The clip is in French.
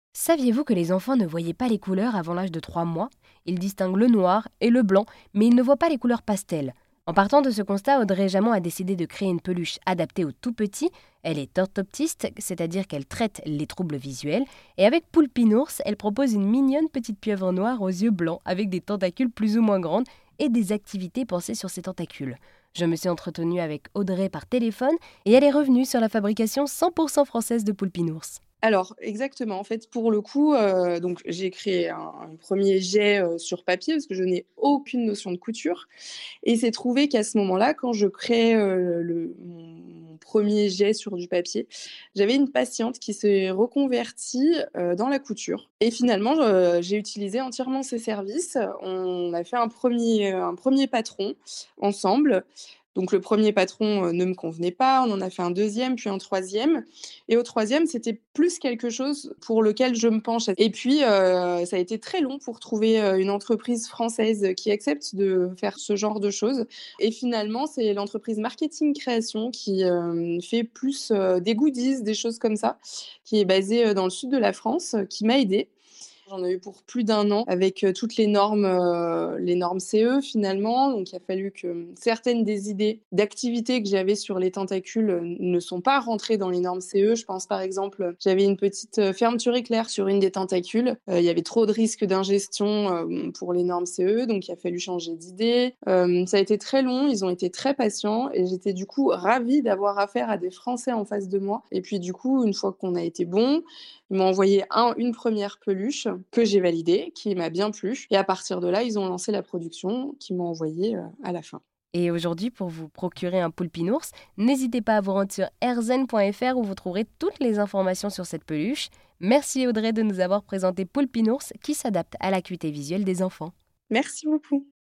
Saviez-vous que les enfants ne voyaient pas les couleurs avant l'âge de 3 mois? Ils distinguent le noir et le blanc, mais ils ne voient pas les couleurs pastel. En partant de ce constat, Audrey Jamon a décidé de créer une peluche adaptée aux tout-petits. Elle est orthoptiste, c'est-à-dire qu'elle traite les troubles visuels. Et avec Poulpinours, elle propose une mignonne petite pieuvre noire aux yeux blancs, avec des tentacules plus ou moins grandes et des activités pensées sur ces tentacules. Je me suis entretenue avec Audrey par téléphone et elle est revenue sur la fabrication 100% française de Poulpinours. Alors exactement, en fait, pour le coup, donc j'ai créé un 1er jet, sur papier parce que je n'ai aucune notion de couture et il s'est trouvé qu'à ce moment-là, quand je créais, le mon 1er jet sur du papier, j'avais une patiente qui s'est reconvertie, dans la couture et finalement, j'ai utilisé entièrement ses services. On a fait un premier patron ensemble. Donc le premier patron, ne me convenait pas, on en a fait un deuxième, puis un troisième. Et au troisième, c'était plus quelque chose pour lequel je me penche et puis, ça a été très long pour trouver, une entreprise française qui accepte de faire ce genre de choses et finalement, c'est l'entreprise Marketing Création qui, fait plus, des goodies, des choses comme ça, qui est basée, dans le sud de la France, qui m'a aidée. J'en ai eu pour plus d'un an avec, toutes les normes CE finalement. Donc il a fallu que, certaines des idées d'activités que j'avais sur les tentacules, ne sont pas rentrées dans les normes CE. Je pense par exemple, j'avais une petite, fermeture éclair sur une des tentacules. Il y avait trop de risques d'ingestion, pour les normes CE, donc il a fallu changer d'idée. Ça a été très long, ils ont été très patients et j'étais du coup ravie d'avoir affaire à des Français en face de moi et puis du coup, une fois qu'on a été bon, ils m'ont envoyé une première peluche que j'ai validée, qui m'a bien plu et à partir de là, ils ont lancé la production qu'ils m'ont envoyée, à la fin. Et aujourd'hui, pour vous procurer un Poulpinours, n'hésitez pas à vous rendre sur erzen.fr où vous trouverez toutes les informations sur cette peluche. Merci Audrey de nous avoir présenté Poulpinours qui s'adapte à l'acuité visuelle des enfants. Merci beaucoup.